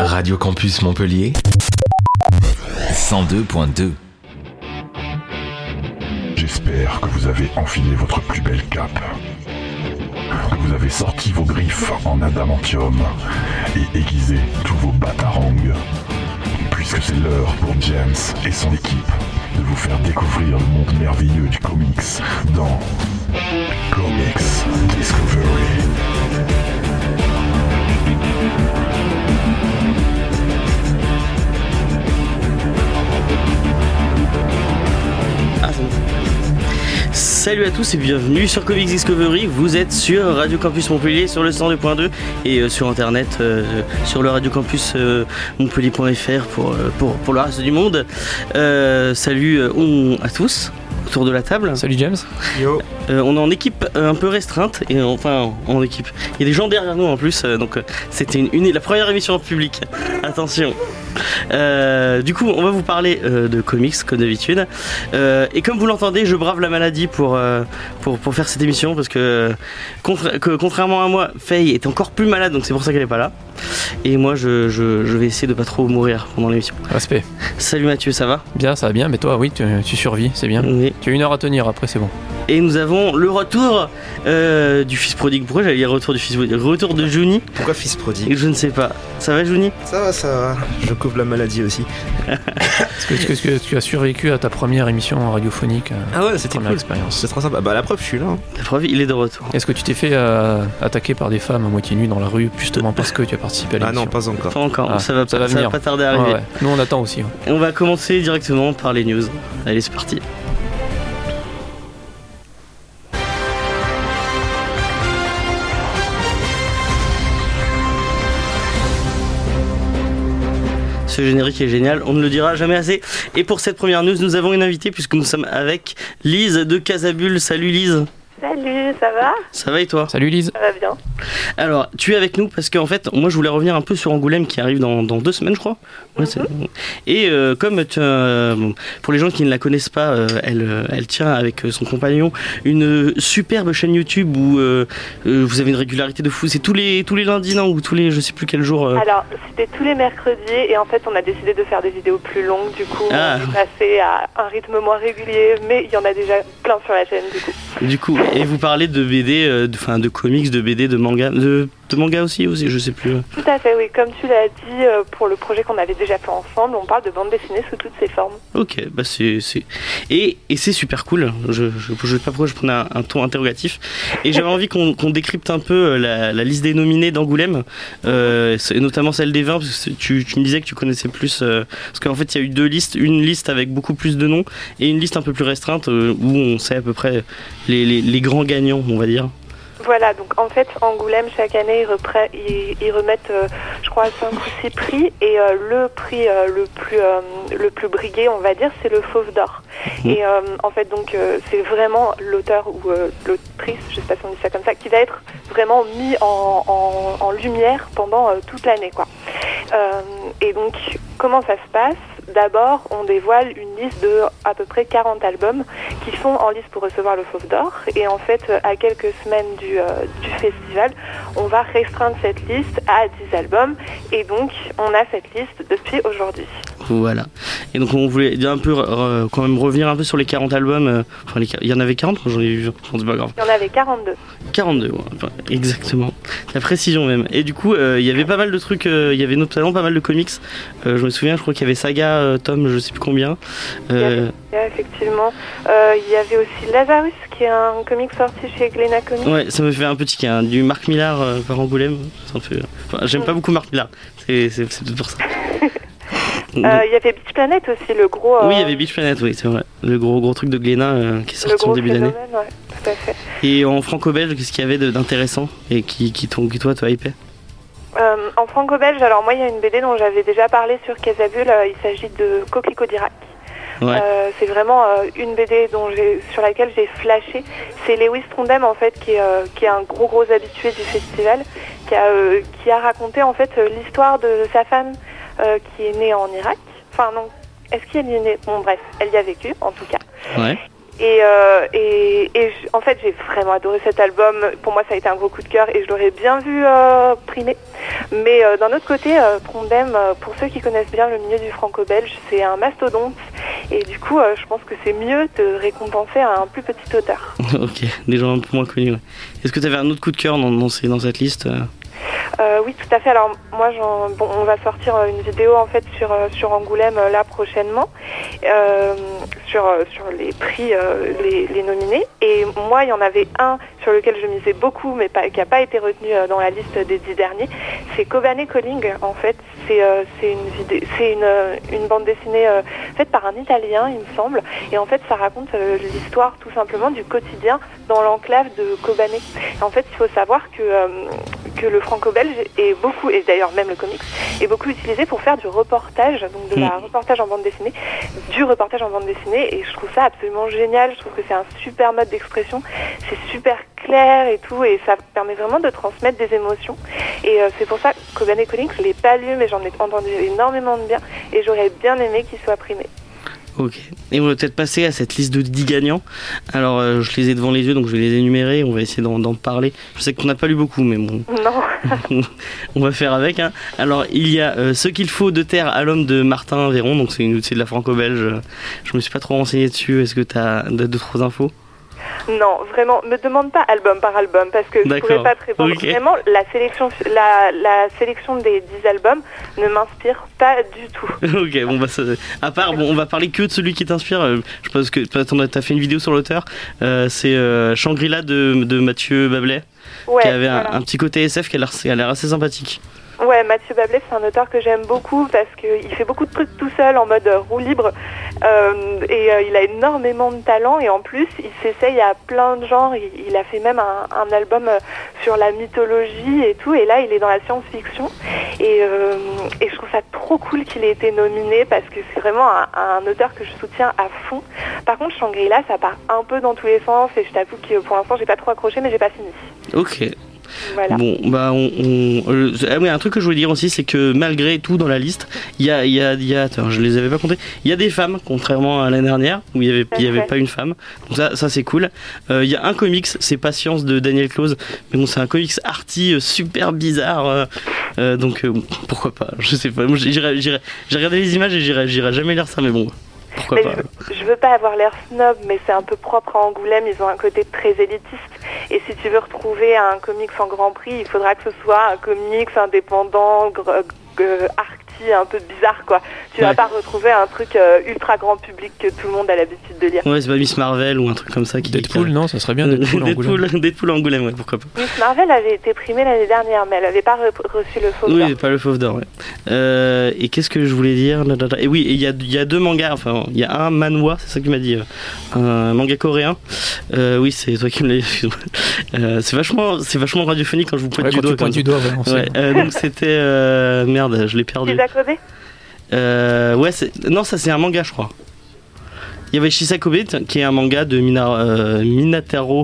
Radio Campus Montpellier 102.2. J'espère que vous avez enfilé votre plus belle cape, que vous avez sorti vos griffes en adamantium et aiguisé tous vos batarangs, puisque c'est l'heure pour James et son équipe de vous faire découvrir le monde merveilleux du comics dans Comics Discovery. Salut à tous et bienvenue sur Comics Discovery. Vous êtes sur Radio Campus Montpellier sur le 102.2 et sur internet sur le radiocampus montpellier.fr pour le reste du monde. Salut à tous autour de la table. Salut James. Yo. On est en équipe un peu restreinte et enfin en équipe. Il y a des gens derrière nous en plus, donc c'était la première émission en public. Attention. Du coup, on va vous parler de comics comme d'habitude. Et comme vous l'entendez, je brave la maladie pour faire cette émission parce que contrairement à moi, Faye est encore plus malade, donc c'est pour ça qu'elle est pas là. Et moi, je vais essayer de pas trop mourir pendant l'émission. Respect. Salut Mathieu, ça va ? Bien, ça va bien, mais toi, oui, tu survis, c'est bien. Oui. Tu as 1 heure à tenir, après c'est bon. Et nous avons le retour du fils prodigue. Pourquoi j'allais dire retour du fils prodigue ? Retour de Juni. Pourquoi fils prodigue ? Je ne sais pas. Ça va Juni ? Ça va. Je couvre la maladie aussi. Est-ce que tu as survécu à ta première émission radiophonique ? Ah ouais, c'était première cool. expérience. C'est trop sympa. Bah la preuve, je suis là. La preuve, il est de retour. Est-ce que tu t'es fait attaquer par des femmes à moitié nues dans la rue, justement parce que tu as participé à l'émission ? Ah non, pas encore. Pas encore. Ah, ça va venir. pas tarder à arriver. Ouais. Nous on attend aussi. Ouais. Et on va commencer directement par les news. Allez, c'est parti. Ce générique est génial, on ne le dira jamais assez. Et pour cette première news, nous avons une invitée puisque nous sommes avec Lise de Casabule. Salut Lise. Salut, ça va ? Ça va et toi ? Salut Lise. Ça va bien. Alors, tu es avec nous parce qu'en fait, moi je voulais revenir un peu sur Angoulême qui arrive dans 2 semaines, je crois. Ouais, et comme pour les gens qui ne la connaissent pas, elle tient avec son compagnon une superbe chaîne YouTube où vous avez une régularité de fou. C'est tous les lundis, non ? Ou tous les, je sais plus quel jour. Alors, c'était tous les mercredis et en fait, on a décidé de faire des vidéos plus longues. Du coup, on est passé à un rythme moins régulier, mais il y en a déjà plein sur la chaîne, du coup. Du coup, et vous parlez de BD, de comics, de BD, de manga, de manga aussi, je sais plus. Tout à fait, oui. Comme tu l'as dit, pour le projet qu'on avait déjà fait ensemble, on parle de bande dessinée sous toutes ses formes. Ok, bah c'est... Et c'est super cool. Je sais pas pourquoi je prenais un ton interrogatif. Et j'avais envie qu'on décrypte un peu la liste des nominés d'Angoulême, et notamment celle des 20, parce que tu me disais que tu connaissais plus... parce qu'en fait, il y a eu 2 listes, une liste avec beaucoup plus de noms, et une liste un peu plus restreinte, où on sait à peu près les grands gagnants, on va dire. Voilà, donc en fait, Angoulême, chaque année, ils remettent, je crois, 5 ou 6 prix. Et le prix le plus brigué, on va dire, c'est le Fauve d'Or. Et en fait, donc, c'est vraiment l'auteur ou l'autrice, je sais pas si on dit ça comme ça, qui va être vraiment mis en lumière pendant toute l'année, quoi. Et donc, comment ça se passe ? D'abord, on dévoile une liste de à peu près 40 albums qui sont en liste pour recevoir le Fauve d'Or. Et en fait, à quelques semaines du festival, on va restreindre cette liste à 10 albums. Et donc, on a cette liste depuis aujourd'hui. Voilà. Et donc, on voulait un peu quand même revenir un peu sur les 40 albums. Il y en avait 40, j'en ai vu, c'est pas grave. Il y en avait 42. 42, ouais, enfin, exactement. La précision même. Et du coup, il y avait pas mal de trucs, il y avait notamment pas mal de comics. Je me souviens, je crois qu'il y avait Saga, Tom, je sais plus combien. Effectivement. Il y avait aussi Lazarus, qui est un comic sorti chez Glénat Comics. Ouais, ça me fait un petit ticket, du Marc Millar par Angoulême. Ça me fait... j'aime pas beaucoup Marc Millar, c'est peut-être pour ça. Il y avait Beach Planet aussi, le gros... Oui, il y avait Beach Planet, oui, c'est vrai. Le gros truc de Glénat qui est sorti en début d'année. Ouais, tout à fait. Et en franco-belge, qu'est-ce qu'il y avait d'intéressant et qui toi hypait ? En franco-belge, alors moi, il y a une BD dont j'avais déjà parlé sur Casabule. Il s'agit de Coquelicot d'Irak. Ouais. C'est vraiment une BD sur laquelle j'ai flashé. C'est Lewis Trondheim, en fait, qui est un gros habitué du festival, qui a raconté en fait l'histoire de sa femme qui est née en Irak. Enfin non, est-ce qu'elle y est née ? Bon bref, elle y a vécu en tout cas. Ouais. En fait, j'ai vraiment adoré cet album. Pour moi, ça a été un gros coup de cœur et je l'aurais bien vu primer. Mais d'un autre côté, Trondheim, pour ceux qui connaissent bien le milieu du franco-belge, c'est un mastodonte. Et du coup, je pense que c'est mieux de récompenser un plus petit auteur. Ok, des gens un peu moins connus. Ouais. Est-ce que tu avais un autre coup de cœur dans cette liste Oui, tout à fait. Alors moi, on va sortir une vidéo en fait sur Angoulême là prochainement, sur les prix, les nominés. Et moi, il y en avait un sur lequel je misais beaucoup, mais qui n'a pas été retenu dans la liste des 10 derniers. C'est Kobane Calling. En fait, c'est une bande dessinée faite par un Italien, il me semble. Et en fait, ça raconte l'histoire tout simplement du quotidien dans l'enclave de Kobane. Et en fait, il faut savoir que le franco-belge est beaucoup, et d'ailleurs même le comics, est beaucoup utilisé pour faire du reportage, donc du reportage en bande dessinée, et je trouve ça absolument génial. Je trouve que c'est un super mode d'expression, c'est super clair et tout, et ça permet vraiment de transmettre des émotions. Et c'est pour ça que Kobane Calling, je l'ai pas lu, mais j'en ai entendu énormément de bien, et j'aurais bien aimé qu'il soit primé. Ok. Et on va peut-être passer à cette liste de 10 gagnants. Alors, je les ai devant les yeux, donc je vais les énumérer. On va essayer d'en parler. Je sais qu'on n'a pas lu beaucoup, mais bon. Non. On va faire avec. Hein. Alors, il y a Ce qu'il faut de terre à l'homme de Martin Véron. Donc, c'est de la franco-belge. Je me suis pas trop renseigné dessus. Est-ce que tu as d'autres infos ? Non, vraiment, me demande pas album par album parce que je ne pourrais pas te répondre. Okay. Vraiment, la sélection des 10 albums ne m'inspire pas du tout. Ok, bon, à part, on va parler que de celui qui t'inspire. Je pense que t'as fait une vidéo sur l'auteur. C'est Shangri-La de Mathieu Bablet, qui avait un petit côté SF qui a l'air assez sympathique. Ouais, Mathieu Bablet, c'est un auteur que j'aime beaucoup parce qu'il fait beaucoup de trucs tout seul en mode roue libre il a énormément de talent et en plus il s'essaye à plein de genres. Il a fait même un album sur la mythologie et tout, et là il est dans la science-fiction et je trouve ça trop cool qu'il ait été nominé parce que c'est vraiment un auteur que je soutiens à fond. Par contre, Shangri-La, ça part un peu dans tous les sens et je t'avoue que pour l'instant j'ai pas trop accroché, mais j'ai pas fini. Ok. Voilà. Bon, bah oui, un truc que je voulais dire aussi, c'est que malgré tout dans la liste, il y a attends, je les avais pas comptés. Il y a des femmes, contrairement à l'année dernière où il y avait pas une femme. Donc ça c'est cool. Il y a un comics, c'est Patience de Daniel Close, mais bon, c'est un comics arty super bizarre. Donc pourquoi pas. Je sais pas. Moi, j'ai regardé les images et j'irai jamais lire ça, mais bon. Mais je veux pas avoir l'air snob, mais c'est un peu propre à Angoulême, ils ont un côté très élitiste. Et si tu veux retrouver un comics en Grand Prix, il faudra que ce soit un comics indépendant, arty, un peu bizarre quoi. Tu vas pas retrouver un truc ultra grand public que tout le monde a l'habitude de lire. Ouais, c'est pas Miss Marvel ou un truc comme ça Deadpool, non, ça serait bien Deadpool Angoulême, ouais, pourquoi pas. Miss Marvel avait été primée l'année dernière, mais elle avait pas reçu le Fauve d'Or. Oui, pas le Fauve d'Or, ouais. Et qu'est-ce que je voulais dire ? Et oui, il y a 2 mangas, enfin, il y a un manhwa, c'est ça que tu m'as dit, un manga coréen. Oui, c'est toi qui me l'as dit. C'est vachement radiophonique quand je vous pointe du doigt. Quand tu pointes du doigt, ouais. Donc c'était... merde, je l'ai perdu. Tu les as codés ? Ouais, non, ça c'est un manga, je crois. Il y avait Shisakobe, qui est un manga de Minataro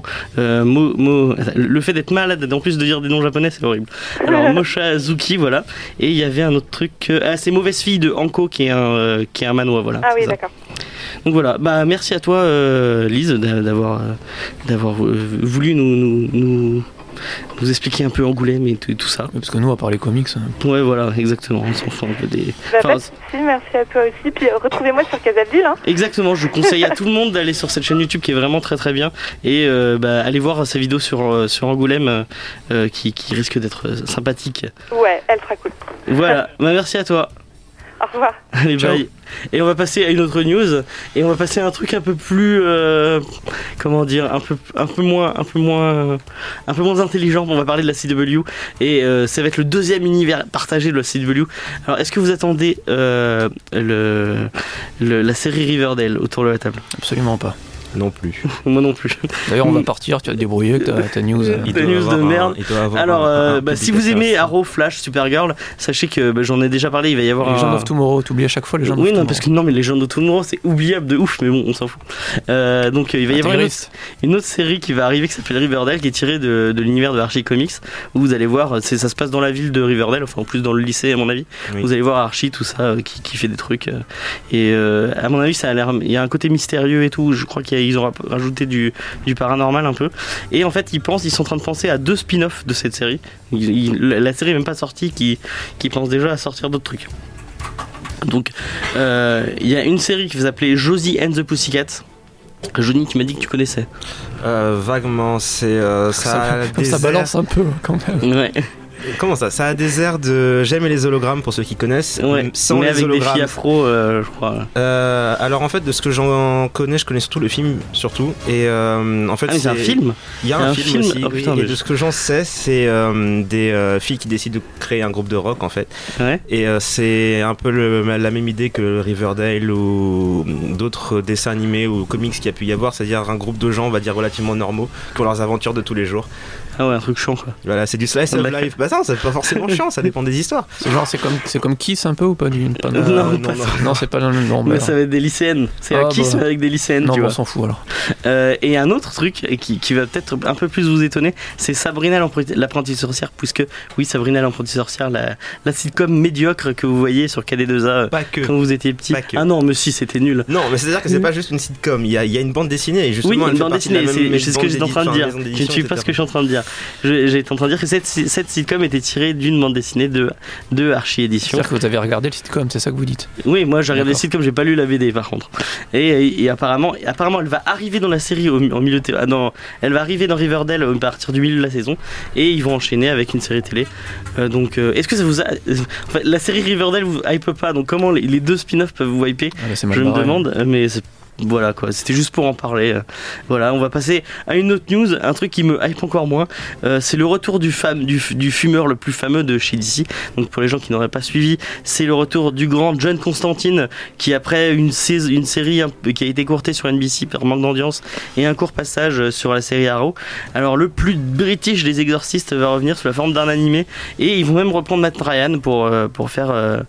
le fait d'être malade, en plus de dire des noms japonais, c'est horrible. Alors Moshazuki, voilà. Et il y avait un autre truc, c'est Mauvaise Fille de Anko, qui est un manhwa, voilà. Ah oui, d'accord. Donc voilà, bah merci à toi Lise d'avoir voulu nous expliquer un peu Angoulême et tout ça. Parce que nous, à part les comics... Ouais, voilà, exactement. On s'en fout un peu des... Pas de soucis, merci à toi aussi. Puis retrouvez-moi sur Casaville. Hein. Exactement, je conseille à tout le monde d'aller sur cette chaîne YouTube qui est vraiment très très bien. Et allez voir sa vidéo sur Angoulême qui risque d'être sympathique. Ouais, elle sera cool. Voilà, bah merci à toi. Au revoir. Allez, bye. Et on va passer à une autre news. Et on va passer à un truc un peu plus, comment dire, un peu moins intelligent. On va parler de la CW. Et ça va être le 2e univers partagé de la CW. Alors, est-ce que vous attendez la série Riverdale autour de la table ? Absolument pas. Non plus. Moi non plus. D'ailleurs, on va partir, tu vas te débrouiller avec ta news. Ta news de merde. Alors, si vous aimez Arrow, Flash, Supergirl, sachez que j'en ai déjà parlé, il va y avoir Legend of Tomorrow, t'oublies à chaque fois Legend of Tomorrow. Oui, non, parce que mais Legend of Tomorrow, c'est oubliable de ouf, mais bon, on s'en fout. Donc, il va y avoir une autre série qui va arriver qui s'appelle Riverdale, qui est tirée de l'univers de Archie Comics, où vous allez voir, ça se passe dans la ville de Riverdale, enfin, en plus dans le lycée, à mon avis. Oui. Vous allez voir Archie, tout ça, qui fait des trucs. Et à mon avis, ça a l'air. Il y a un côté mystérieux et tout. Je crois qu'il ils ont rajouté du paranormal un peu. Et en fait, ils sont en train de penser à 2 spin-offs de cette série. La série n'est même pas sortie, qui pense déjà à sortir d'autres trucs. Donc, il y a une série qui va s'appeler Josie and the Pussycats. Johnny, tu m'as dit que tu connaissais. Vaguement, c'est ça balance un peu quand même. Ouais. Comment ça a des airs de J'aime et les hologrammes pour ceux qui connaissent, sans mais les avec hologrammes. des filles afro, je crois. Alors en fait, de ce que j'en connais, je connais surtout le film, surtout. Et en fait, c'est un film. Il y a un film aussi. Oh, putain, et de ce que j'en sais, c'est des filles qui décident de créer un groupe de rock en fait. Ouais. Et c'est un peu la même idée que Riverdale ou d'autres dessins animés ou comics qu'il y a pu y avoir, c'est-à-dire un groupe de gens, on va dire relativement normaux, qui ont leurs aventures de tous les jours. Ah ouais, un truc chiant quoi. Voilà, c'est du slice of life. Bah ça, c'est pas forcément chiant, ça dépend des histoires. C'est comme Kiss un peu ou pas du pas, non, c'est pas le nom. Mais ça va être des lycéennes. C'est un Kiss mais avec des lycéennes. Non, tu vois. On s'en fout alors. Et un autre truc qui va peut-être un peu plus vous étonner, c'est Sabrina l'apprentie sorcière, puisque oui, Sabrina l'apprentie sorcière, la sitcom médiocre que vous voyez sur KD2A quand vous étiez petit. Ah non, mais si, c'était nul. Non, mais c'est-à-dire que c'est pas juste une sitcom. Il y a une bande dessinée et justement. Oui, une bande dessinée. C'est ce que j'étais en train de dire. Tu ne suis pas ce que je suis en train de dire. J'étais en train de dire que cette sitcom était tirée d'une bande dessinée de Archie Édition. C'est-à-dire que vous avez regardé le sitcom, c'est ça que vous dites? Oui, moi j'ai regardé le sitcom, j'ai pas lu la BD par contre. Et apparemment elle va arriver dans la série au milieu elle va arriver dans Riverdale à partir du milieu de la saison et ils vont enchaîner avec une série télé. Donc est-ce que ça vous a... Enfin, la série Riverdale vous hype pas, donc comment les 2 spin-offs peuvent vous hyper? Je me demande, mais voilà quoi, c'était juste pour en parler. Voilà, on va passer à une autre news, un truc qui me hype encore moins. C'est le retour du fumeur le plus fameux de chez DC. Donc pour les gens qui n'auraient pas suivi, c'est le retour du grand John Constantine, qui après une série qui a été courtée sur NBC par manque d'audience et un court passage sur la série Arrow. Alors le plus british des exorcistes va revenir sous la forme d'un animé et ils vont même reprendre Matt Ryan pour faire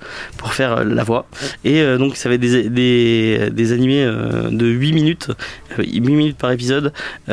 la voix. Et donc ça va être des animés de 8 minutes par épisode,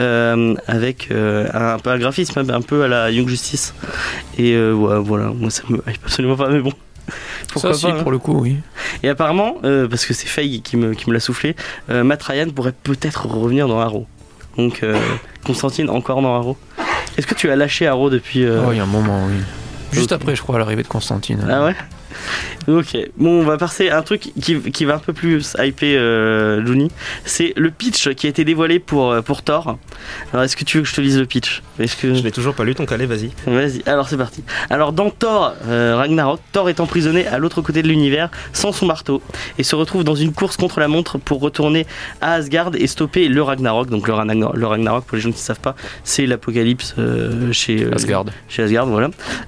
avec un graphisme un peu à la Young Justice. Et voilà, moi ça me hype absolument pas, mais bon. Pourquoi ça, pas, pour le coup, oui. Et apparemment, parce que c'est Faye qui me l'a soufflé, Matt Ryan pourrait peut-être revenir dans Arrow. Donc Constantine encore dans Arrow. Est-ce que tu as lâché Arrow depuis il y a un moment, oui. Juste après, je crois, à l'arrivée de Constantine. Ah ouais? Ok, bon, on va passer à un truc qui va un peu plus hyper Johnny. C'est le pitch qui a été dévoilé pour Thor. Alors, est-ce que tu veux que je te lise le pitch? Je l'ai toujours pas lu, donc allez, vas-y. Vas-y, alors c'est parti. Alors, dans Thor Ragnarok, Thor est emprisonné à l'autre côté de l'univers sans son marteau et se retrouve dans une course contre la montre pour retourner à Asgard et stopper le Ragnarok. Donc, le Ragnarok, pour les gens qui ne savent pas, c'est l'apocalypse chez Asgard. Chez Asgard, voilà.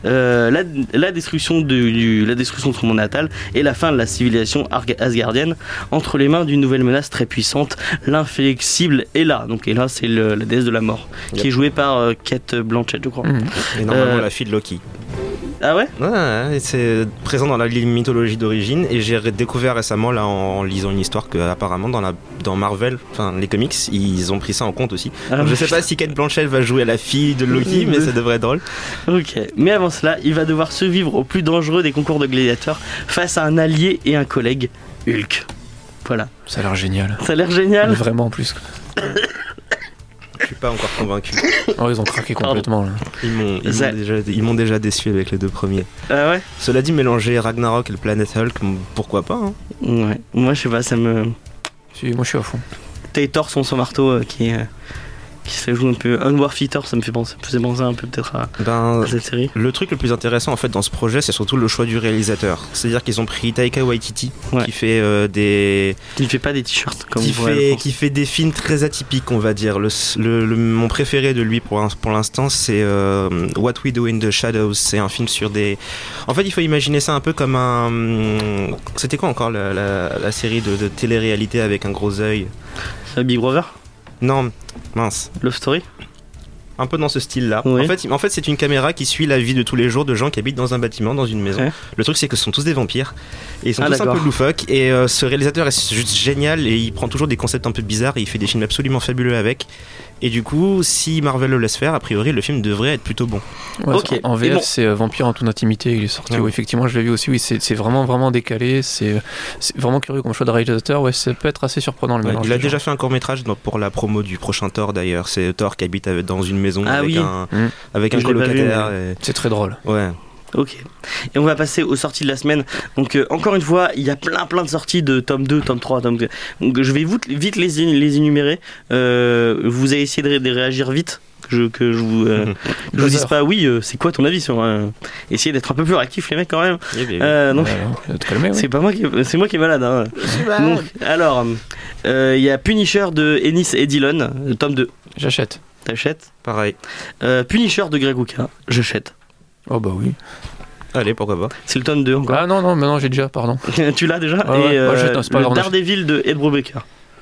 La destruction de son monde natal et la fin de la civilisation asgardienne entre les mains d'une nouvelle menace très puissante, l'inflexible Hela. Donc Hela, c'est la déesse de la mort, qui est jouée par Cate Blanchett, je crois. Et normalement la fille de Loki. Ah ouais? Ouais, c'est présent dans la mythologie d'origine et j'ai découvert récemment là en lisant une histoire que apparemment dans Marvel, enfin les comics, ils ont pris ça en compte aussi. Donc, je sais pas si Cate Blanchett va jouer la fille de Loki, mais ça devrait être drôle. Ok, mais avant cela, il va devoir survivre au plus dangereux des concours de gladiateurs face à un allié et un collègue, Hulk. Voilà. Ça a l'air génial. Ça a l'air génial. Mais vraiment en plus. Je suis pas encore convaincu. Oh, ils ont craqué complètement là. Ils m'ont déjà déçu avec les 2 premiers. Ah ouais? Cela dit, mélanger Ragnarok et le Planet Hulk, pourquoi pas hein. Ouais, moi je sais pas, ça me... Si, moi je suis à fond. T'as Thor son marteau qui se joue un peu. War Fighter, ça me fait penser un peu peut-être à cette série. Le truc le plus intéressant en fait dans ce projet, c'est surtout le choix du réalisateur. C'est-à-dire qu'ils ont pris Taika Waititi, qui fait qui fait pas des t-shirts comme qui fait des films très atypiques, on va dire. Mon préféré de lui pour l'instant, c'est What We Do in the Shadows. C'est un film sur des... En fait, il faut imaginer ça un peu comme un... C'était quoi encore la série de télé-réalité avec un gros œil? Big Brother? Non, mince. Love Story? Un peu dans ce style-là. Oui. En fait, c'est une caméra qui suit la vie de tous les jours de gens qui habitent dans un bâtiment, dans une maison. Ouais. Le truc, c'est que ce sont tous des vampires. Et ils sont tous un peu loufoques. Et ce réalisateur est juste génial. Et il prend toujours des concepts un peu bizarres. Et il fait des films absolument fabuleux avec. Et du coup, si Marvel le laisse faire, a priori, le film devrait être plutôt bon. Ouais, Ok. En Et VF, bon. c'est Vampire en toute intimité, il est sorti. Ouais. Oui, effectivement, je l'ai vu aussi. Oui, c'est vraiment décalé. C'est vraiment curieux comme choix de réalisateur. Ouais, ça peut être assez surprenant le Ouais, mélange. il a des déjà genres. fait un court-métrage pour la promo du prochain Thor d'ailleurs. C'est Thor qui habite dans une maison Ah avec oui. avec Que un je l'ai pas vu, colocataire. C'est très drôle. Ouais. Ok. Et on va passer aux sorties de la semaine. Donc encore une fois, il y a plein de sorties de tome 2, tome 3, tome 4. Donc je vais vite les énumérer. Vous allez essayer de réagir vite. Que je vous dise pas oui, c'est quoi ton avis sur essayez d'être un peu plus réactif les mecs quand même. Donc Voilà, te calmer, ouais. c'est moi qui est malade hein. Donc, alors il y a Punisher de Ennis et Dillon, le tome 2. J'achète. T'achètes. Pareil. Punisher de Greg Rucka, j'achète. Oh bah oui. Allez, pourquoi pas. C'est le tome 2 encore. Ah non, maintenant j'ai déjà, pardon. Tu l'as déjà. Ouais, Et ouais. Ouais, c'est pas le grave, Daredevil de Ed Brubaker.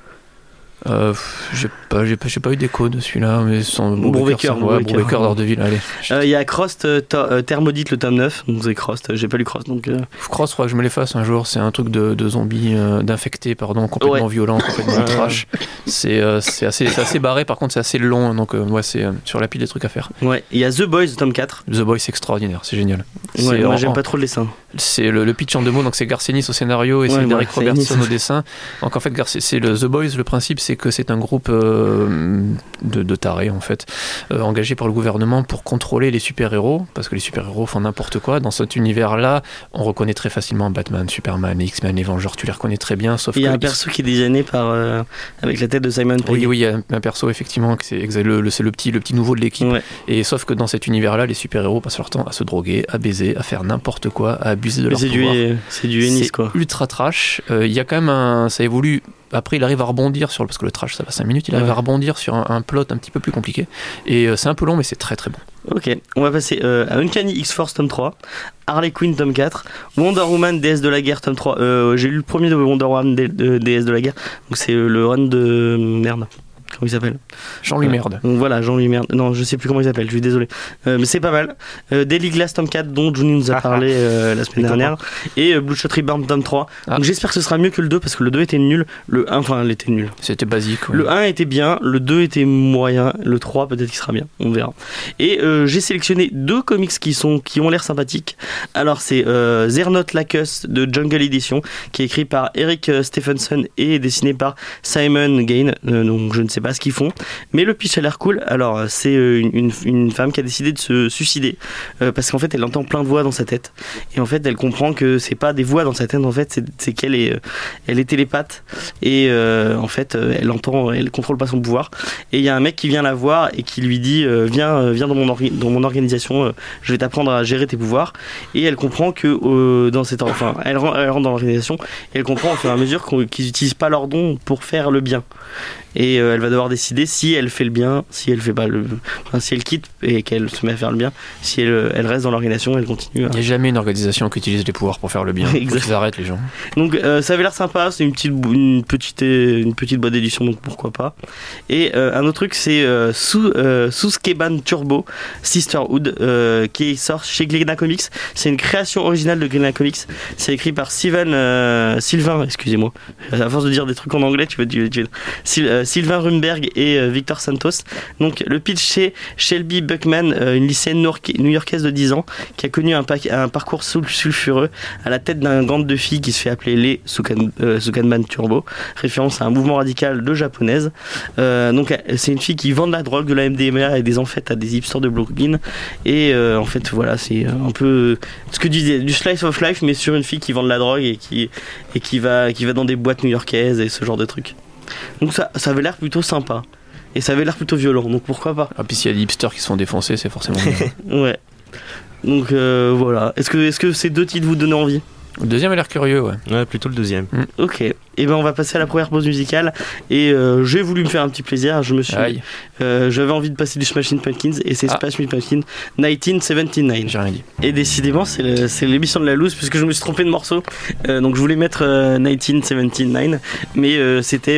J'ai pas eu d'écho de celui-là, mais son Brubaker, Brubaker Daredevil, allez. Il y a Crossed Thermodite le tome 9, donc c'est Crossed, j'ai pas lu Crossed donc. Cross, faudra que je me l'efface un jour. C'est un truc de zombies, d'infectés, pardon, complètement Ouais. violent, complètement trash. C'est assez barré, par contre c'est assez long, donc ouais, c'est sur la pile des trucs à faire. Ouais, il y a The Boys tome 4. The Boy, c'est extraordinaire, c'est génial. Ouais, moi j'aime en- pas trop le dessin. C'est le pitch en 2 mots, donc c'est Garcenis au scénario et Ouais, c'est Derek c'est Robertson Ennis. au dessin. Donc en fait, c'est The Boys, le principe c'est que c'est un groupe de tarés en fait, engagés par le gouvernement pour contrôler les super-héros, parce que les super-héros font n'importe quoi. Dans cet univers-là, on reconnaît très facilement Batman, Superman, X-Men, les Vengeurs, tu les reconnais très bien, sauf Il y a que un perso qui est designé par avec la tête de Simon Pegg. oui, il y a un perso effectivement, que c'est le petit nouveau de l'équipe. Ouais. Et sauf que dans cet univers-là, les super-héros passent leur temps à se droguer, à baiser, à faire n'importe quoi, à abuser de Mais leur c'est pouvoir. c'est du Ennis quoi. Ultra trash. Il y a quand même ça évolue. Après, il arrive à rebondir parce que le trash ça va 5 minutes, il arrive à rebondir sur un plot un petit peu plus compliqué. Et c'est un peu long, mais c'est très très bon. Ok, on va passer à Uncanny X-Force tome 3, Harley Quinn tome 4, Wonder Woman déesse de la guerre tome 3. J'ai lu le premier de Wonder Woman déesse de la guerre, donc c'est le run de merde. Comment il s'appelle Jean-Louis Merde. Donc voilà, Jean-Louis Merde. Non, je sais plus comment il s'appelle, je suis désolé. Mais c'est pas mal. Daily Glass tome 4, dont Johnny nous a parlé la semaine dernière. Et Bloodshot Reborn tome 3. Ah. Donc j'espère que ce sera mieux que le 2 parce que le 2 était nul. Le 1, enfin, il était nul. C'était basique. Ouais. Le 1 était bien, le 2 était moyen, le 3 peut-être qu'il sera bien, on verra. Et j'ai sélectionné 2 comics qui ont l'air sympathiques. Alors c'est Zernot Lacus de Jungle Edition, qui est écrit par Eric Stephenson et dessiné par Simon Gain. Donc je ne sais pas ce qu'ils font, mais le pitch a l'air cool. Alors c'est une femme qui a décidé de se suicider parce qu'en fait elle entend plein de voix dans sa tête et en fait elle comprend que c'est pas des voix dans sa tête, en fait c'est qu'elle est télépathe et en fait elle contrôle pas son pouvoir et il y a un mec qui vient la voir et qui lui dit viens dans mon organisation, je vais t'apprendre à gérer tes pouvoirs. Et elle comprend que elle rentre dans l'organisation et elle comprend au fur et à mesure qu'ils n'utilisent pas leurs dons pour faire le bien. Et elle va devoir décider si elle fait le bien, si elle fait pas si elle quitte et qu'elle se met à faire le bien, si elle reste dans l'organisation, elle continue. Il n'y a jamais une organisation qui utilise les pouvoirs pour faire le bien. Exact. Ils arrêtent les gens. Donc ça avait l'air sympa, c'est une petite boîte d'édition, donc pourquoi pas. Et un autre truc, c'est Suskeban Turbo Sisterhood qui sort chez Glénat Comics. C'est une création originale de Glénat Comics. C'est écrit par Sylvain, excusez-moi. À force de dire des trucs en anglais, Sylvain Rumberg et Victor Santos. Donc le pitch, c'est Shelby Buckman, une lycéenne new-yorkaise de 10 ans qui a connu un parcours sulfureux à la tête d'un gang de filles qui se fait appeler les Sukanban Turbo, référence à un mouvement radical de japonaise. Donc c'est une fille qui vend de la drogue, de la MDMA et des amphètes à des hipsters de Brooklyn. Et en fait voilà, c'est un peu ce que du slice of life, mais sur une fille qui vend de la drogue et qui va dans des boîtes new-yorkaises et ce genre de trucs. Donc ça avait l'air plutôt sympa. Et ça avait l'air plutôt violent, donc pourquoi pas. Ah, puis s'il y a des hipsters qui se font défoncer, c'est forcément bien. Ouais. Donc voilà. Est-ce que ces 2 titres vous donnent envie ? Le deuxième a l'air curieux, ouais. Ouais, plutôt le deuxième. Ok. Et ben on va passer à la première pause musicale. Et j'ai voulu me faire un petit plaisir. J'avais envie de passer du Smashing Pumpkins et c'est Smashing Pumpkins 1979. J'ai rien dit. Et décidément c'est l'émission de la loose puisque je me suis trompé de morceau. Donc je voulais mettre 1979, mais c'était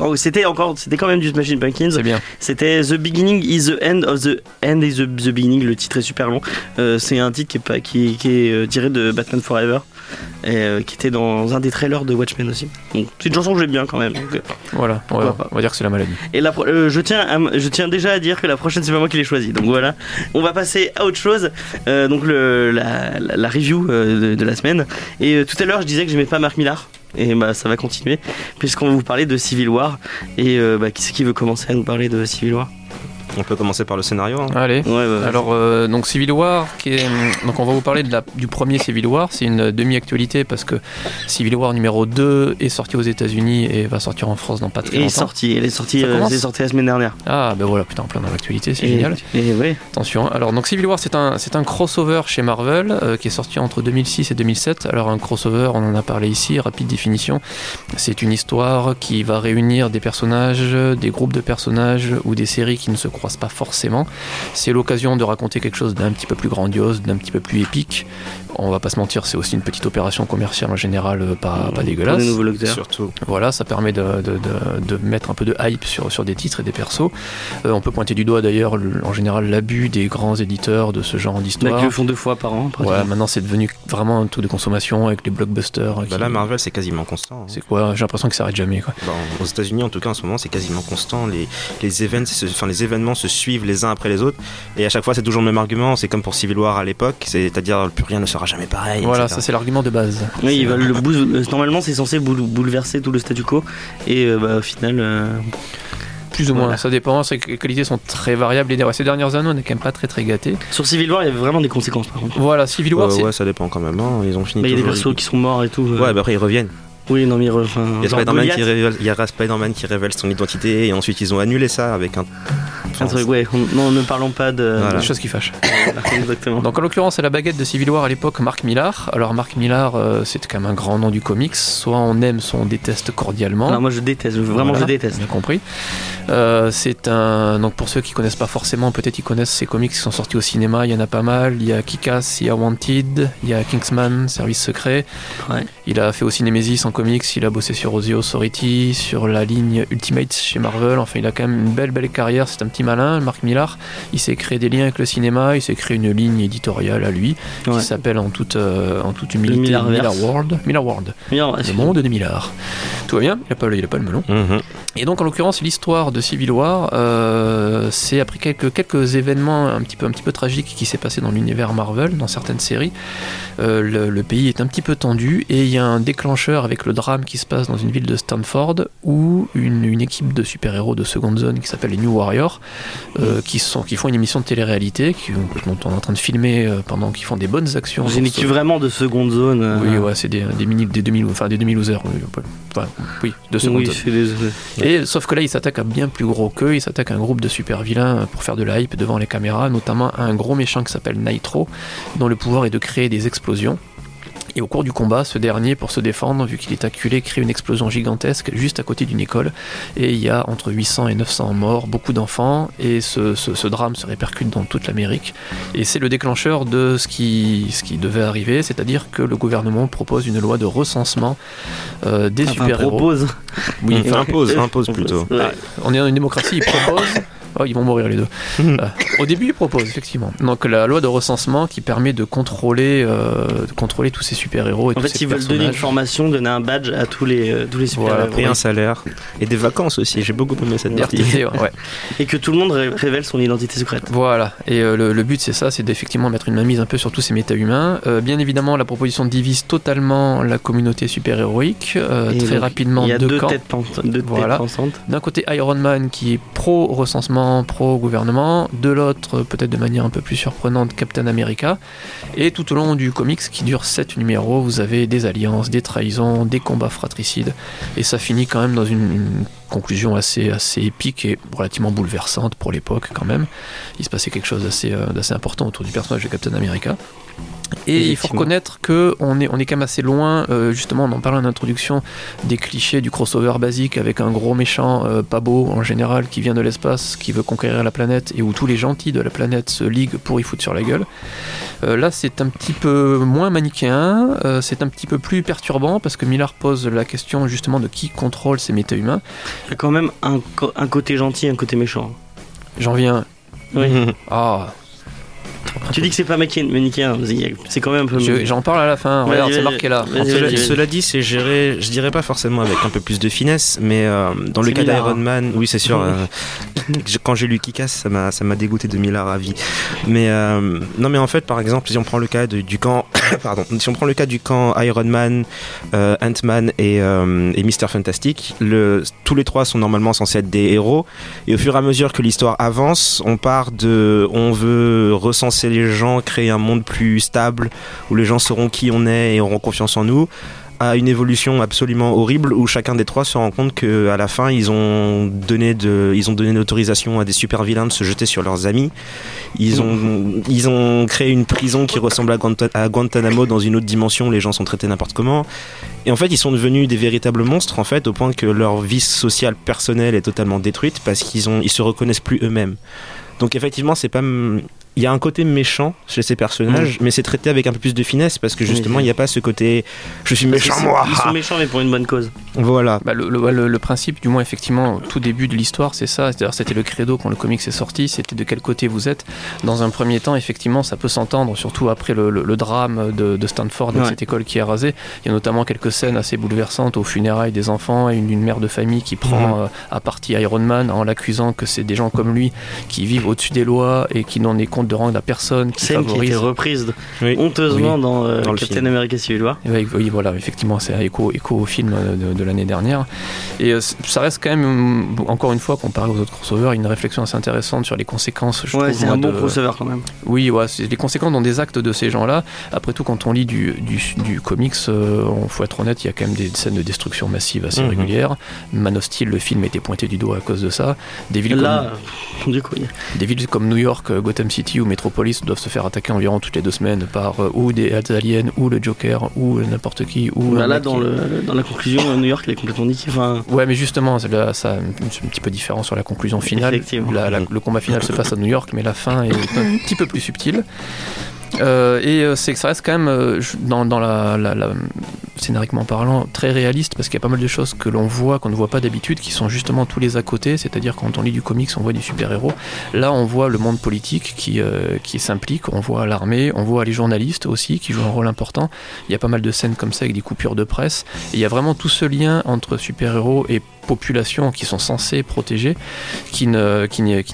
quand même du Smashing Pumpkins. C'est bien. C'était The Beginning is the End of the End is the Beginning. Le titre est super long. C'est un titre qui est tiré de Batman Forever. qui était dans un des trailers de Watchmen aussi. Donc c'est une chanson que j'aime bien quand même. Donc, Voilà, on va dire que c'est la maladie. et je tiens déjà à dire que la prochaine c'est pas moi qui l'ai choisie. Donc voilà, on va passer à autre chose. Donc la review de la semaine. Et tout à l'heure je disais que j'aimais pas Mark Millar. Et bah ça va continuer puisqu'on va vous parler de Civil War. Et qui c'est qui veut commencer à nous parler de Civil War? On peut commencer par le scénario. Hein. Allez. Ouais, Alors donc Civil War, donc on va vous parler du premier Civil War. C'est une demi-actualité parce que Civil War numéro 2 est sorti aux États-Unis et va sortir en France dans pas très longtemps. Elle est sortie la semaine dernière. Ah ben voilà, putain, en plein dans l'actualité, c'est génial. Et ouais. Attention. Alors donc Civil War, c'est un crossover chez Marvel qui est sorti entre 2006 et 2007. Alors un crossover, on en a parlé ici, rapide définition. C'est une histoire qui va réunir des personnages, des groupes de personnages ou des séries qui ne se croisent pas forcément. C'est l'occasion de raconter quelque chose d'un petit peu plus grandiose, d'un petit peu plus épique. On va pas se mentir, c'est aussi une petite opération commerciale en général, pas dégueulasse. Pour les nouveaux lecteurs. Surtout. Voilà, ça permet de mettre un peu de hype sur des titres et des persos. On peut pointer du doigt d'ailleurs en général l'abus des grands éditeurs de ce genre d'histoire. Qui le font 2 fois par an. Ouais, maintenant c'est devenu vraiment un truc de consommation avec les blockbusters. Là, Marvel c'est quasiment constant. Hein. C'est quoi? J'ai l'impression que ça arrête jamais. Quoi. Aux États-Unis en tout cas en ce moment c'est quasiment constant. Les événements se suivent les uns après les autres et à chaque fois c'est toujours le même argument. C'est comme pour Civil War à l'époque, c'est-à-dire plus rien ne sera jamais pareil. Voilà, etc. ça c'est l'argument de base. Oui, ils veulent normalement c'est censé bouleverser tout le statu quo et au final. Plus ou moins, voilà. Ça dépend, les qualités sont très variables. Ces dernières années, on n'est quand même pas très très gâtés. Sur Civil War, il y avait vraiment des conséquences par contre. Voilà, Civil War, c'est... Ouais, ça dépend quand même. Hein. Ils ont fini. Il y a des persos qui sont morts et tout. Ouais, après ils reviennent. Oui, non, mais il y a Spider-Man qui révèle son identité et ensuite ils ont annulé ça avec un truc, ouais. Non, ne parlons pas de des choses qui fâchent. Exactement. Donc en l'occurrence, c'est la baguette de Civil War à l'époque, Mark Millar. Alors Mark Millar, c'est quand même un grand nom du comics. Soit on aime, soit on déteste cordialement. Non, moi je déteste, je déteste. Bien compris. C'est un. Donc pour ceux qui connaissent pas forcément, peut-être ils connaissent ces comics qui sont sortis au cinéma. Il y en a pas mal. Il y a Kick-Ass, il y a Wanted, il y a Kingsman, Service secret. Ouais. Il a fait aussi Nemesis en comics. Il a bossé sur Ozzy Authority, sur la ligne Ultimate chez Marvel. Enfin, il a quand même une belle carrière. C'est un petit malin, Mark Millar. Il s'est créé des liens avec le cinéma. Il s'est créé une ligne éditoriale à lui qui s'appelle en toute humilité Millar World. Le monde de Millar. Tout va bien. Il a pas le melon. Mm-hmm. Et donc en l'occurrence, l'histoire de Civil War, c'est après quelques événements un petit peu tragiques qui s'est passé dans l'univers Marvel, dans certaines séries. Le pays est un petit peu tendu et il y a un déclencheur avec le drame qui se passe dans une ville de Stanford où une équipe de super-héros de seconde zone qui s'appelle les New Warriors qui font une émission de télé-réalité dont on est en train de filmer pendant qu'ils font des bonnes actions. C'est une équipe vraiment de seconde zone. Oui, ouais, c'est des demi-losers. Oui, de seconde zone. Et sauf que là, ils s'attaquent à bien plus gros qu'eux. Ils s'attaquent à un groupe de super vilains pour faire de la hype devant les caméras, notamment à un gros méchant qui s'appelle Nitro, dont le pouvoir est de créer des explosions. Et au cours du combat, ce dernier, pour se défendre, vu qu'il est acculé, crée une explosion gigantesque juste à côté d'une école. Et il y a entre 800 et 900 morts, beaucoup d'enfants, et ce drame se répercute dans toute l'Amérique. Et c'est le déclencheur de ce qui devait arriver, c'est-à-dire que le gouvernement propose une loi de recensement des super-héros. Propose. Oui, impose plutôt. Ouais. On est dans une démocratie, il propose. Oh, ils vont mourir les deux. Au début, ils proposent, effectivement. Donc, la loi de recensement qui permet de contrôler tous ces super-héros et tous ces personnages. En fait, ils veulent donner une formation, donner un badge à tous les super-héros. Et un salaire. Et des vacances aussi. J'ai beaucoup aimé cette partie. Ouais. Et que tout le monde révèle son identité secrète. Voilà. Et le but, c'est ça, c'est d'effectivement mettre une mainmise un peu sur tous ces méta-humains. Bien évidemment, la proposition divise totalement la communauté super-héroïque. Très rapidement, il y a deux camps. têtes pensantes. D'un côté, Iron Man qui est pro-recensement, pro-gouvernement, de l'autre, peut-être de manière un peu plus surprenante, Captain America. Et tout au long du comics, qui dure 7 numéros, vous avez des alliances, des trahisons, des combats fratricides, et ça finit quand même dans une conclusion assez épique et relativement bouleversante pour l'époque quand même. Il se passait quelque chose d'assez important autour du personnage de Captain America. Et il faut reconnaître qu'on est quand même assez loin, justement, on en parlait en introduction, des clichés du crossover basique avec un gros méchant pas beau en général qui vient de l'espace, qui veut conquérir la planète et où tous les gentils de la planète se liguent pour y foutre sur la gueule. Là, c'est un petit peu moins manichéen, c'est un petit peu plus perturbant parce que Millar pose la question justement de qui contrôle ces méta-humains. Il y a quand même un côté gentil et un côté méchant. J'en viens. Oui. Ah. Tu dis que c'est pas manichéen, c'est quand même un peu. J'en parle à la fin, regarde, c'est marqué là. Cela dit, c'est géré, je dirais pas forcément avec un peu plus de finesse, mais dans le cas d'Iron Man, oui, c'est sûr. Quand j'ai lu Kick-Ass, ça m'a dégoûté de Millar à vie. Mais non, mais en fait, par exemple, si on prend le cas du camp, pardon, si on prend le cas du camp Iron Man, Ant-Man et Mr. Fantastic, tous les trois sont normalement censés être des héros, et au fur et à mesure que l'histoire avance, on veut recenser les gens, créer un monde plus stable où les gens sauront qui on est et auront confiance en nous, à une évolution absolument horrible où chacun des trois se rend compte qu'à la fin ils ont donné l'autorisation à des super vilains de se jeter sur leurs amis. Ils ont créé une prison qui ressemble à Guantanamo dans une autre dimension où les gens sont traités n'importe comment. Et en fait, ils sont devenus des véritables monstres, en fait, au point que leur vie sociale personnelle est totalement détruite parce qu'ils se reconnaissent plus eux-mêmes. Donc effectivement, il y a un côté méchant chez ces personnages, mais c'est traité avec un peu plus de finesse parce que justement, il n'y a pas ce côté je suis méchant, moi. Ils sont méchants, mais pour une bonne cause. Voilà. Le principe, du moins, effectivement, au tout début de l'histoire, c'est ça. C'est-à-dire, c'était le credo quand le comics est sorti, c'était de quel côté vous êtes. Dans un premier temps, effectivement, ça peut s'entendre, surtout après le drame de Stanford, avec cette école qui est rasée. Il y a notamment quelques scènes assez bouleversantes aux funérailles des enfants et une mère de famille qui prend à partie Iron Man en l'accusant que c'est des gens comme lui qui vivent au-dessus des lois et qui n'en est compte de rendre la personne qui scène favorise. Qui était reprise honteusement dans Captain America Civil War. Oui, voilà, effectivement, c'est écho au film de l'année dernière. Et ça reste quand même, encore une fois, comparé aux autres crossovers, une réflexion assez intéressante sur les conséquences. Je trouve, c'est un bon crossover quand même. Oui, c'est les conséquences dans des actes de ces gens-là. Après tout, quand on lit du comics, faut être honnête, il y a quand même des scènes de destruction massive assez régulières. Man of Steel, le film, a été pointé du doigt à cause de ça. Des villes comme New York, Gotham City ou Metropolis doivent se faire attaquer environ toutes les 2 semaines par ou des aliens, ou le Joker, ou n'importe qui. Ou là, dans la conclusion, New York, il est complètement niqué. Ouais, mais justement, c'est un petit peu différent sur la conclusion finale. Le combat final se passe à New York, mais la fin est un petit peu plus subtile. C'est que ça reste quand même dans la scénariquement parlant très réaliste parce qu'il y a pas mal de choses que l'on voit qu'on ne voit pas d'habitude qui sont justement tous les à côté, c'est-à-dire quand on lit du comics on voit du super-héros, là on voit le monde politique qui s'implique, on voit l'armée, on voit les journalistes aussi qui jouent un rôle important, il y a pas mal de scènes comme ça avec des coupures de presse et il y a vraiment tout ce lien entre super-héros et populations qui sont censées protéger qui n'est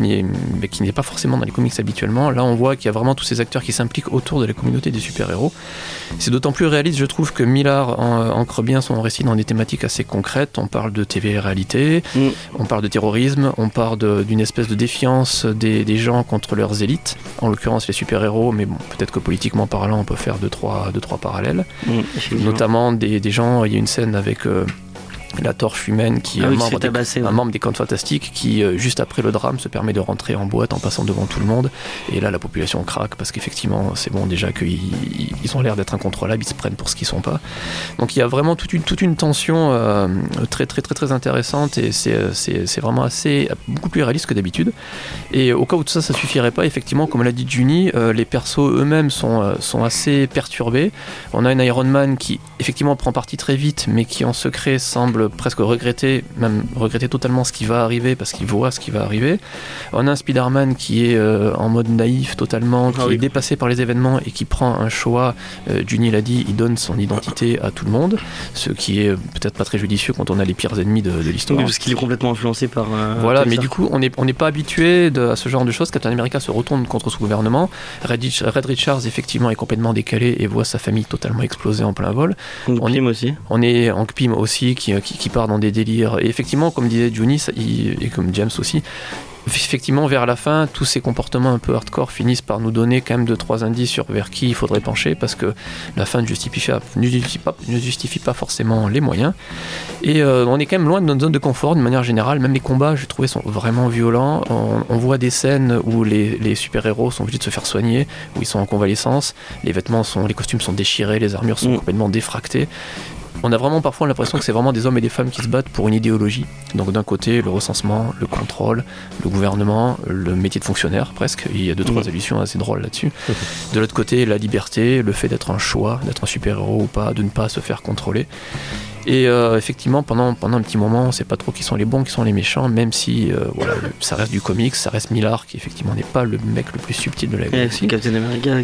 pas forcément dans les comics habituellement. Là on voit qu'il y a vraiment tous ces acteurs qui s'impliquent autour de la communauté des super-héros. C'est d'autant plus réaliste je trouve que Millar ancre bien son récit dans des thématiques assez concrètes. On parle de TV-réalité, on parle de terrorisme, on parle d'une espèce de défiance des gens contre leurs élites, en l'occurrence les super-héros, mais bon, peut-être que politiquement parlant on peut faire deux, trois parallèles. Notamment des gens, il y a une scène avec la torche humaine qui est un membre des Camps Fantastiques qui juste après le drame se permet de rentrer en boîte en passant devant tout le monde et là la population craque parce qu'effectivement c'est bon déjà qu'ils ont l'air d'être incontrôlables, ils se prennent pour ce qu'ils sont pas, donc il y a vraiment toute une tension très très très très intéressante et c'est vraiment beaucoup plus réaliste que d'habitude. Et au cas où tout ça suffirait pas, effectivement comme l'a dit Juni, les persos eux-mêmes sont assez perturbés. On a un Iron Man qui effectivement prend parti très vite mais qui en secret semble presque regretter totalement ce qui va arriver parce qu'il voit ce qui va arriver. On a un Spider-Man qui est en mode naïf totalement, qui est dépassé par les événements et qui prend un choix, Juni l'a dit, il donne son identité à tout le monde, ce qui est peut-être pas très judicieux quand on a les pires ennemis de l'histoire. Oui, parce qu'il est complètement influencé par... voilà, mais du coup on n'est pas habitué à ce genre de choses. Captain America se retourne contre son gouvernement, Red Richards effectivement est complètement décalé et voit sa famille totalement exploser en plein vol. On est Hank Pym aussi qui part dans des délires. Et effectivement, comme disait Juni, et comme James aussi, effectivement, vers la fin, tous ces comportements un peu hardcore finissent par nous donner quand même 2-3 indices sur vers qui il faudrait pencher, parce que la fin ne justifie pas forcément les moyens. Et on est quand même loin de notre zone de confort, d'une manière générale. Même les combats, j'ai trouvé, sont vraiment violents. On voit des scènes où les super-héros sont obligés de se faire soigner, où ils sont en convalescence. Les costumes sont déchirés, les armures sont complètement défractées. on a vraiment parfois l'impression que c'est vraiment des hommes et des femmes qui se battent pour une idéologie. Donc d'un côté, le recensement, le contrôle, le gouvernement, le métier de fonctionnaire presque. Il y a 2-3 allusions assez drôles là-dessus. De l'autre côté, la liberté, le fait d'être un choix, d'être un super-héros ou pas, de ne pas se faire contrôler. Et effectivement, pendant un petit moment, on ne sait pas trop qui sont les bons, qui sont les méchants, même si voilà, ça reste du comics, ça reste Millar, qui effectivement n'est pas le mec le plus subtil de la galaxie. C'est Captain America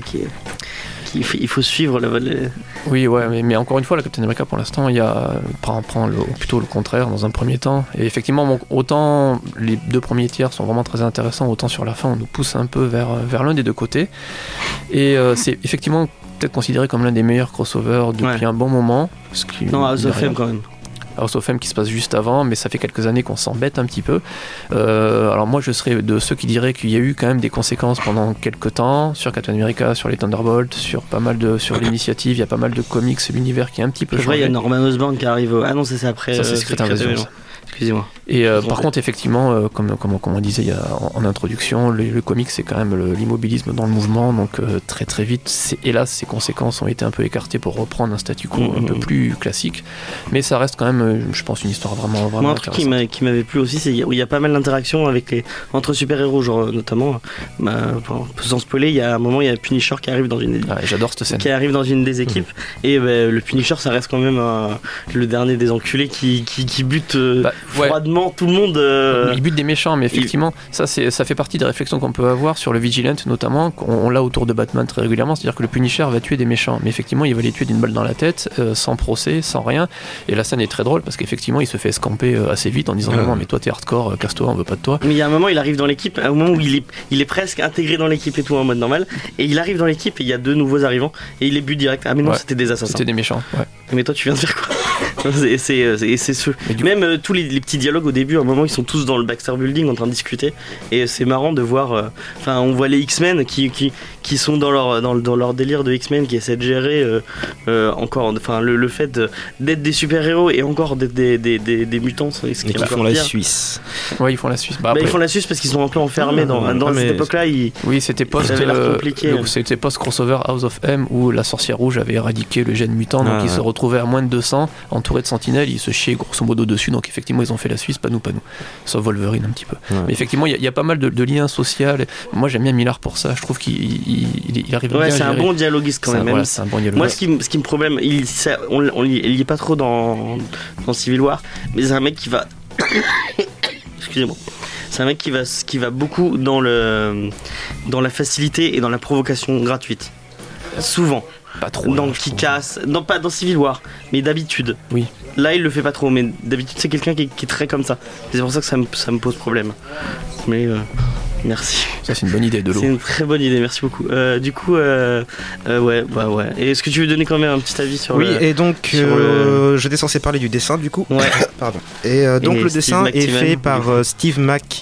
il faut suivre la volée. Oui, ouais, mais encore une fois, la Captain America, pour l'instant, prend plutôt le contraire dans un premier temps. Et effectivement, bon, autant les 2 premiers tiers sont vraiment très intéressants, autant sur la fin, on nous pousse un peu vers l'un des 2 côtés. Et c'est effectivement peut-être considéré comme l'un des meilleurs crossovers depuis un bon moment. Non, House of M quand même. House of M qui se passe juste avant, mais ça fait quelques années qu'on s'embête un petit peu. Alors moi je serais de ceux qui diraient qu'il y a eu quand même des conséquences pendant quelques temps sur Captain America, sur les Thunderbolts, sur l'initiative, il y a pas mal de comics, l'univers qui est un petit peu changé. Il y a Norman Osborn qui arrive. Ah non, c'est après. Ça c'est Secret Invasion. Excusez-moi. Et par contre, effectivement, comme on disait en introduction, le comics c'est quand même l'immobilisme dans le mouvement, donc très très vite, hélas, ces conséquences ont été un peu écartées pour reprendre un statu quo un peu plus classique, mais ça reste quand même, je pense, une histoire vraiment Moi, un truc qui m'avait plu aussi, c'est qu'il y a pas mal d'interactions entre super-héros, genre notamment, sans spoiler, il y a un moment, il y a Punisher qui arrive dans une j'adore cette scène. Qui arrive dans une des équipes, et le Punisher, ça reste quand même le dernier des enculés qui bute froidement tout le monde. Il bute des méchants, mais effectivement, ça fait partie des réflexions qu'on peut avoir sur le Vigilant, notamment, on l'a autour de Batman très régulièrement, c'est-à-dire que le Punisher va tuer des méchants, mais effectivement, il va les tuer d'une balle dans la tête, sans procès, sans rien, et la scène est très drôle parce qu'effectivement, il se fait escamper assez vite en disant non, mais toi t'es hardcore, casse-toi, on veut pas de toi. Mais il y a un moment, il arrive dans l'équipe, au moment où il est presque intégré dans l'équipe et tout en mode normal, et il arrive dans l'équipe et il y a 2 nouveaux arrivants et il les bute direct. Ah mais non, c'était des assassins. C'était des méchants. Ouais. Mais toi, tu viens de faire quoi? C'est sûr. Même tous les petits dialogues au début, à un moment, ils sont tous dans le Baxter Building en train de discuter, et c'est marrant de voir. On voit les X-Men qui sont dans leur délire de X-Men, qui essaient de gérer encore. Le fait d'être des super-héros et encore d'être des mutants. Et qui font la Suisse. Ouais, ils font la Suisse. Ils font la Suisse parce qu'ils sont un peu enfermés dans cette époque-là. Oui, c'était c'était post-crossover House of M où la sorcière rouge avait éradiqué le gène mutant, donc ils se retrouvaient à moins de 200, entourés de sentinelles, ils se chiaient grosso modo dessus, donc effectivement ils ont fait la Suisse, pas nous. Sauf Wolverine un petit peu. Ouais. Mais effectivement, il y a pas mal de liens sociaux. Moi j'aime bien Millar pour ça, je trouve qu'il arrive bien à gérer. C'est un bon dialoguiste quand même. Voilà, c'est un bon dialogue. Moi ce qui me problème, il y est pas trop dans Civil War, mais c'est un mec qui va excusez-moi. C'est un mec qui va beaucoup dans la facilité et dans la provocation gratuite. Souvent. Pas trop. Qui casse. Non, pas dans Civil War, mais d'habitude. Oui. Là, il le fait pas trop, mais d'habitude, c'est quelqu'un qui est très comme ça. C'est pour ça que ça me pose problème. Mais merci. Ça, c'est une bonne idée de l'eau. C'est une très bonne idée, merci beaucoup. Du coup, ouais. Et est-ce que tu veux donner quand même un petit avis sur et donc, j'étais censé parler du dessin, du coup. Ouais. Pardon. Et donc, le dessin est fait par Steve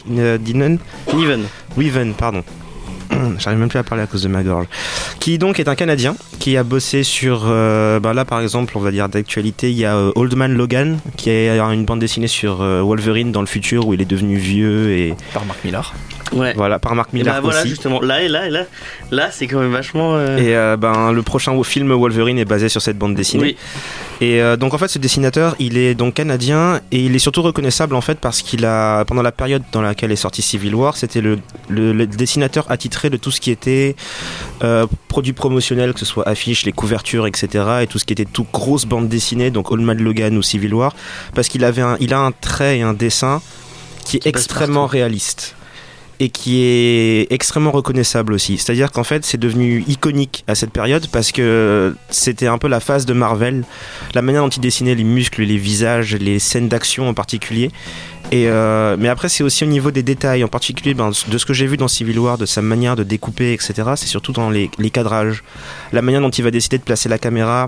Weaven, pardon. J'arrive même plus à parler à cause de ma gorge. Qui donc est un Canadien qui a bossé sur là par exemple, on va dire d'actualité, il y a Old Man Logan qui a une bande dessinée sur Wolverine dans le futur où il est devenu vieux et par Mark Millar. Ouais. Voilà, par Mark Millar aussi. Voilà, justement, là, c'est quand même vachement. Et le prochain film Wolverine est basé sur cette bande dessinée. Oui. Et donc en fait, ce dessinateur, il est donc canadien et il est surtout reconnaissable en fait parce qu'il a, pendant la période dans laquelle est sorti Civil War, c'était le dessinateur attitré de tout ce qui était produits promotionnels, que ce soit affiches, les couvertures, etc. et tout ce qui était tout grosse bande dessinée, donc Old Man Logan ou Civil War, parce qu'il a un trait et un dessin qui est extrêmement réaliste. Et qui est extrêmement reconnaissable aussi. C'est-à-dire qu'en fait, c'est devenu iconique à cette période parce que c'était un peu la phase de Marvel, la manière dont il dessinait les muscles, les visages, les scènes d'action en particulier. Mais après, c'est aussi au niveau des détails, en particulier de ce que j'ai vu dans Civil War, de sa manière de découper, etc. C'est surtout dans les cadrages, la manière dont il va décider de placer la caméra.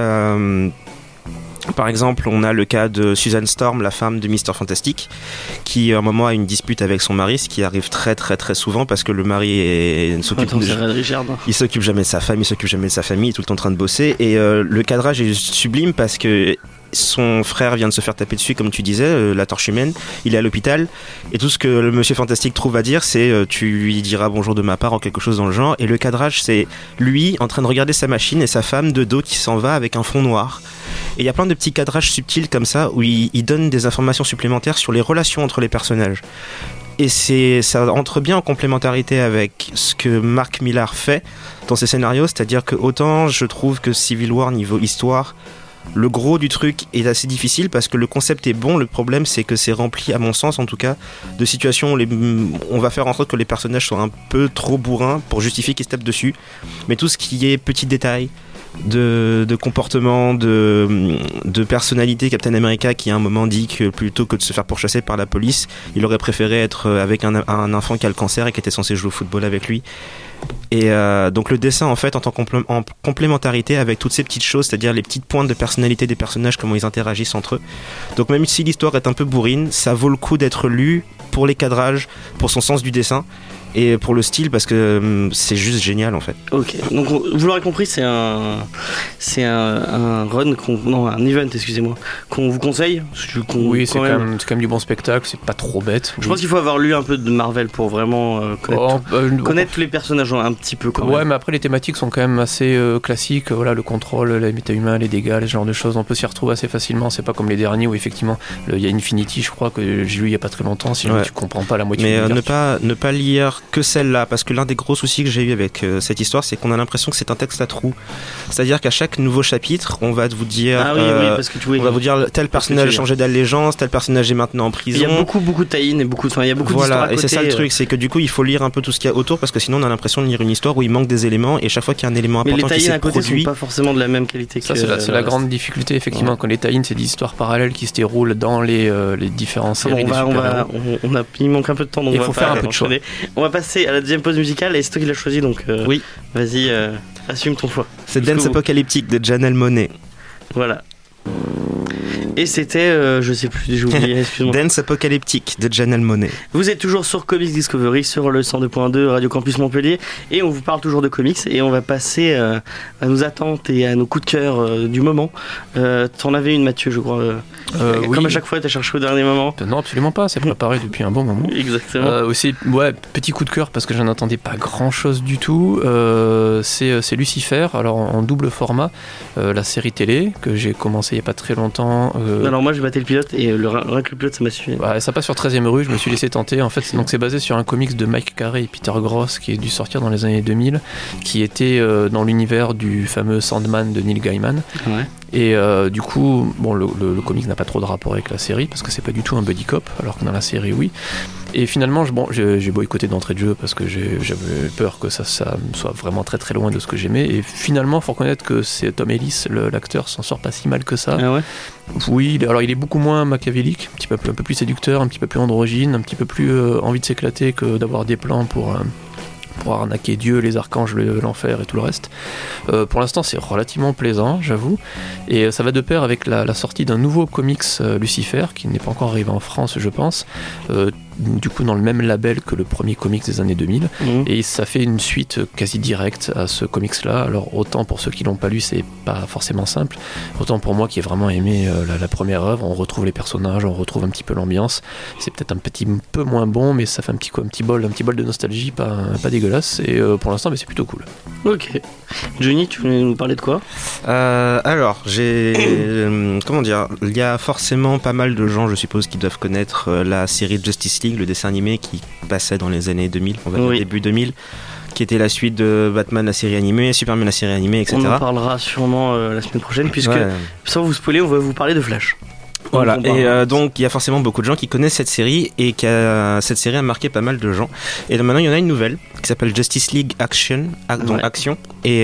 Par exemple, on a le cas de Susan Storm, la femme de Mr. Fantastic, qui à un moment a une dispute avec son mari, ce qui arrive très très très souvent parce que le mari il s'occupe jamais de sa femme, il s'occupe jamais de sa famille, il est tout le temps en train de bosser. Et le cadrage est sublime parce que son frère vient de se faire taper dessus, comme tu disais, la torche humaine, il est à l'hôpital, et tout ce que le monsieur Fantastique trouve à dire, c'est tu lui diras bonjour de ma part ou quelque chose dans le genre, et le cadrage c'est lui en train de regarder sa machine et sa femme de dos qui s'en va avec un fond noir. Et il y a plein de petits cadrages subtils comme ça où il donne des informations supplémentaires sur les relations entre les personnages. Et ça entre bien en complémentarité avec ce que Mark Millar fait dans ses scénarios, c'est-à-dire que autant je trouve que Civil War niveau histoire, le gros du truc est assez difficile parce que le concept est bon, le problème c'est que c'est rempli, à mon sens en tout cas, de situations où on va faire en sorte que les personnages soient un peu trop bourrins pour justifier qu'ils se tapent dessus, mais tout ce qui est petits détails de comportement, de personnalité. Captain America qui à un moment dit que plutôt que de se faire pourchasser par la police, il aurait préféré être avec un enfant qui a le cancer et qui était censé jouer au football avec lui. Et donc le dessin en fait en complémentarité avec toutes ces petites choses, c'est-à-dire les petites pointes de personnalité des personnages, comment ils interagissent entre eux. Donc même si l'histoire est un peu bourrine, ça vaut le coup d'être lu pour les cadrages, pour son sens du dessin et pour le style, parce que c'est juste génial en fait. Ok, donc vous l'aurez compris, c'est un run, un event, excusez-moi, qu'on vous conseille. Oui, c'est quand même du bon spectacle, c'est pas trop bête. Je pense qu'il faut avoir lu un peu de Marvel pour vraiment connaître tous les personnages un petit peu quand même. Ouais, mais après les thématiques sont quand même assez classiques, voilà, le contrôle, les méta-humains, les dégâts, ce genre de choses, on peut s'y retrouver assez facilement, c'est pas comme les derniers où effectivement il y a Infinity, je crois, que j'ai lu il y a pas très longtemps, sinon tu comprends pas la moitié. Mais ne pas lire que celle-là, parce que l'un des gros soucis que j'ai eu avec cette histoire, c'est qu'on a l'impression que c'est un texte à trous. C'est-à-dire qu'à chaque nouveau chapitre, on va vous dire, parce que on va vous dire tel personnage a changé d'allégeance, tel personnage est maintenant en prison. Il y a beaucoup de tie-in et il y a beaucoup d'histoires à côté. Et c'est ça le truc, c'est que du coup, il faut lire un peu tout ce qu'il y a autour, parce que sinon, on a l'impression de lire une histoire où il manque des éléments, et chaque fois qu'il y a un élément important qui s'est produit, sont pas forcément de la même qualité. Ça, c'est la grande difficulté, effectivement, quand les tie-in, c'est des histoires parallèles qui se déroulent dans les différents séries des super-héros. Il manque un peu de temps, donc il faut faire un peu de choix. On va passer à la deuxième pause musicale, et c'est toi qui l'as choisi, donc oui. Vas-y, assume ton choix. C'est Dance Apocalyptique de Janelle Monáe. Voilà. Et c'était, je sais plus, j'ai oublié, excuse-moi. Dance Apocalyptique de Janelle Monáe. Vous êtes toujours sur Comics Discovery, sur le 102.2 Radio Campus Montpellier, et on vous parle toujours de comics, et on va passer à nos attentes et à nos coups de cœur du moment. T'en avais une, Mathieu, je crois. Oui. Comme à chaque fois, t'as cherché au dernier moment. Non, absolument pas, c'est préparé depuis un bon moment. Exactement. Aussi, petit coup de cœur, parce que je n'entendais pas grand-chose du tout, c'est Lucifer, alors en double format, la série télé, que j'ai commencé il n'y a pas très longtemps. Alors moi j'ai battu le pilote et rien que le pilote ça m'a suffi. Ça passe sur 13ème rue, je me suis laissé tenter. En fait, donc c'est basé sur un comics de Mike Carey et Peter Gross qui est dû sortir dans les années 2000, qui était dans l'univers du fameux Sandman de Neil Gaiman. Ouais. Et du coup, le comics n'a pas trop de rapport avec la série parce que c'est pas du tout un buddy cop, alors que dans la série oui. Et finalement, j'ai boycotté d'entrée de jeu parce que j'avais peur que ça soit vraiment très très loin de ce que j'aimais. Et finalement, faut reconnaître que c'est Tom Ellis, l'acteur, s'en sort pas si mal que ça. Ah ouais. Oui, alors il est beaucoup moins machiavélique, un peu plus séducteur, un petit peu plus androgyne, un petit peu plus envie de s'éclater que d'avoir des plans pour arnaquer Dieu, les archanges, l'enfer et tout le reste. Pour l'instant, c'est relativement plaisant, j'avoue. Et ça va de pair avec la sortie d'un nouveau comics Lucifer, qui n'est pas encore arrivé en France, je pense. Du coup, dans le même label que le premier comics des années 2000. Et ça fait une suite quasi directe à ce comics-là. Alors, autant pour ceux qui l'ont pas lu, c'est pas forcément simple. Autant pour moi qui ai vraiment aimé la première œuvre, on retrouve les personnages, on retrouve un petit peu l'ambiance. C'est peut-être un petit peu moins bon, mais ça fait un petit bol de nostalgie, pas dégueulasse. Et pour l'instant, c'est plutôt cool. Ok. Johnny, tu voulais nous parler de quoi ? Alors, comment dire, il y a forcément pas mal de gens, je suppose, qui doivent connaître la série Justice League, le dessin animé qui passait dans les années 2000, on va dire début 2000, qui était la suite de Batman, la série animée, Superman, la série animée, etc. On en parlera sûrement la semaine prochaine, puisque, sans vous spoiler, on va vous parler de Flash. Voilà, et donc il y a forcément beaucoup de gens qui connaissent cette série et cette série a marqué pas mal de gens. Et maintenant il y en a une nouvelle qui s'appelle Justice League Action, Action. Et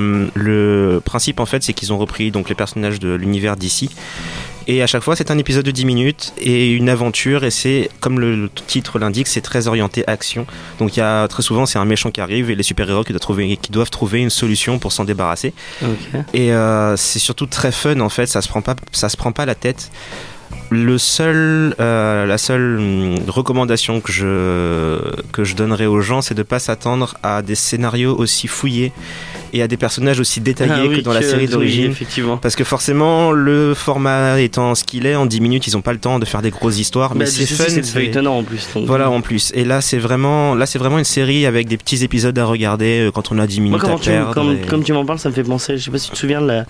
le principe en fait c'est qu'ils ont repris donc les personnages de l'univers DC. Et à chaque fois, c'est un épisode de 10 minutes et une aventure. Et c'est, comme le titre l'indique, c'est très orienté action. Donc, très souvent, c'est un méchant qui arrive et les super-héros qui doivent trouver une solution pour s'en débarrasser. Okay. Et c'est surtout très fun, en fait. Ça se prend pas la tête. La seule recommandation que je donnerais aux gens, c'est de ne pas s'attendre à des scénarios aussi fouillés et à des personnages aussi détaillés que dans la série d'origine. Oui, effectivement. Parce que forcément, le format étant ce qu'il est, en 10 minutes, ils n'ont pas le temps de faire des grosses histoires. Mais c'est fun. C'est feuilletonnant en plus. Donc... Voilà, en plus. Et là, c'est vraiment une série avec des petits épisodes à regarder quand on a 10 minutes à perdre. Comme tu m'en parles, ça me fait penser, je sais pas si tu te souviens de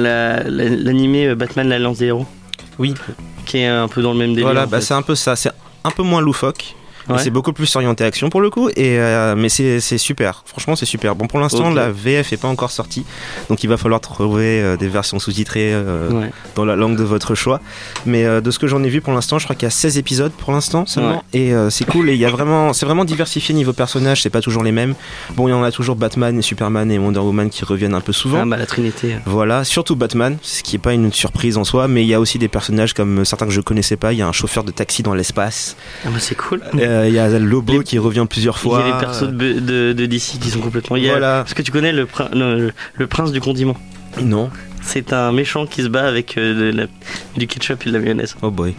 l'animé Batman l'Alliance des Héros. Oui. Qui est un peu dans le même délire. Voilà, en fait. c'est un peu ça. C'est un peu moins loufoque. Ouais. C'est beaucoup plus orienté action pour le coup, mais c'est super. Franchement, c'est super. Bon, pour l'instant, la VF est pas encore sortie, donc il va falloir trouver des versions sous-titrées dans la langue de votre choix. Mais de ce que j'en ai vu pour l'instant, je crois qu'il y a 16 épisodes pour l'instant seulement, et c'est cool. Et il y a c'est vraiment diversifié niveau personnage. C'est pas toujours les mêmes. Bon, il y en a toujours Batman et Superman et Wonder Woman qui reviennent un peu souvent. Ah bah la Trinité. Voilà, surtout Batman, ce qui est pas une surprise en soi, mais il y a aussi des personnages comme certains que je connaissais pas. Il y a un chauffeur de taxi dans l'espace. Ah bah c'est cool. Il y a Lobo qui revient plusieurs fois. Il y a les persos de DC qui sont complètement... Voilà. Est-ce que tu connais le prince du condiment? Non. C'est un méchant qui se bat avec du ketchup et de la mayonnaise. Oh boy.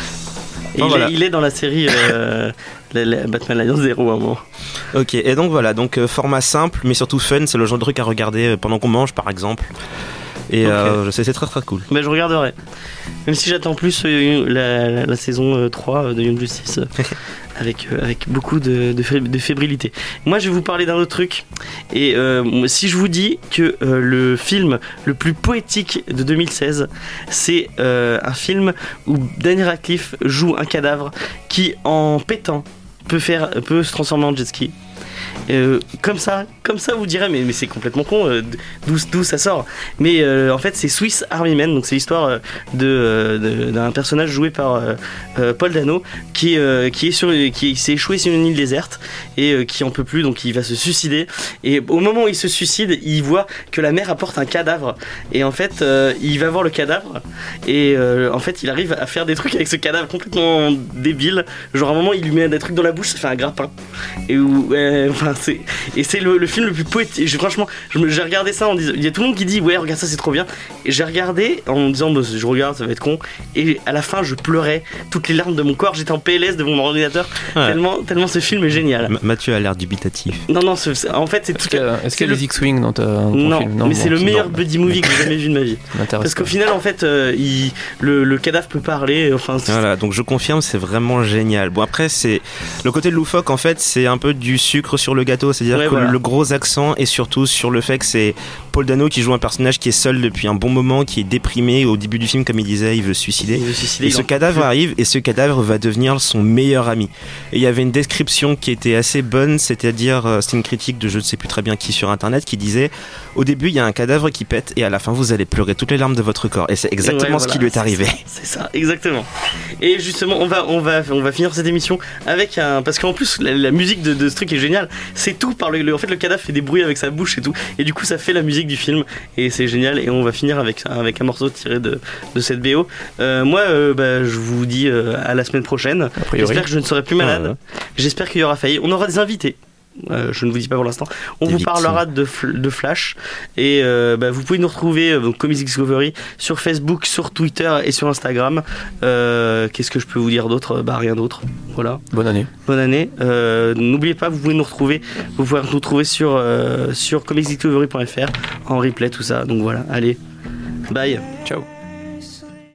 Et il est dans la série Batman l'Alliance des Héros à un moment. Ok, et donc voilà, format simple mais surtout fun, c'est le genre de truc à regarder pendant qu'on mange par exemple. Et je sais, c'est très très cool. Mais je regarderai. Même si j'attends plus la saison 3 de Young Justice avec beaucoup de fébrilité. Moi je vais vous parler d'un autre truc. Et si je vous dis que le film le plus poétique de 2016, c'est un film où Daniel Radcliffe joue un cadavre qui en pétant peut se transformer en jet ski. Comme ça vous direz mais c'est complètement con, d'où ça sort. Mais en fait c'est Swiss Army Man, donc c'est l'histoire d'un personnage joué par Paul Dano qui s'est échoué sur une île déserte et qui en peut plus, donc il va se suicider. Et au moment où il se suicide, il voit que la mer apporte un cadavre et en fait il va voir le cadavre et en fait il arrive à faire des trucs avec ce cadavre complètement débile. Genre à un moment il lui met des trucs dans la bouche, ça fait un grappin. Et c'est le film le plus poétique. Franchement, j'ai regardé ça en disant, il y a tout le monde qui dit ouais regarde ça c'est trop bien. Et j'ai regardé en me disant bah, je regarde ça va être con. Et à la fin je pleurais toutes les larmes de mon corps. J'étais en PLS devant mon ordinateur tellement ce film est génial. Mathieu a l'air dubitatif. Non en fait c'est tout. Est-ce qu'il y a les X-Wing dans ton film? Non, mais c'est le meilleur buddy movie que j'ai jamais vu de ma vie. Parce qu'au final en fait le cadavre peut parler. Voilà, donc je confirme, c'est vraiment génial. Bon après c'est le côté loufoque en fait, c'est un peu du sucre sur le gâteau, c'est-à-dire que le gros accent est surtout sur le fait que c'est Paul Dano qui joue un personnage qui est seul depuis un bon moment, qui est déprimé au début du film, comme il disait, il veut se suicider. Et ce cadavre arrive et ce cadavre va devenir son meilleur ami. Et il y avait une description qui était assez bonne, c'est-à-dire c'était une critique de je ne sais plus très bien qui sur internet qui disait au début il y a un cadavre qui pète et à la fin vous allez pleurer toutes les larmes de votre corps. Et c'est exactement ce qui lui est arrivé. C'est ça, exactement. Et justement on va finir cette émission avec parce qu'en plus la musique de ce truc est géniale. C'est tout par en fait le cadavre fait des bruits avec sa bouche et tout, et du coup ça fait la musique du film et c'est génial. Et on va finir avec un morceau tiré de cette BO. Je vous dis à la semaine prochaine. J'espère que je ne serai plus malade. J'espère qu'il y aura failli. On aura des invités. Je ne vous dis pas pour l'instant. On vous parlera de Flash et vous pouvez nous retrouver Comics Discovery sur Facebook, sur Twitter et sur Instagram. Qu'est-ce que je peux vous dire d'autre? Rien d'autre. Voilà. Bonne année. N'oubliez pas, vous pouvez nous retrouver sur comicsdiscovery.fr en replay, tout ça. Donc voilà. Allez, bye. Ciao.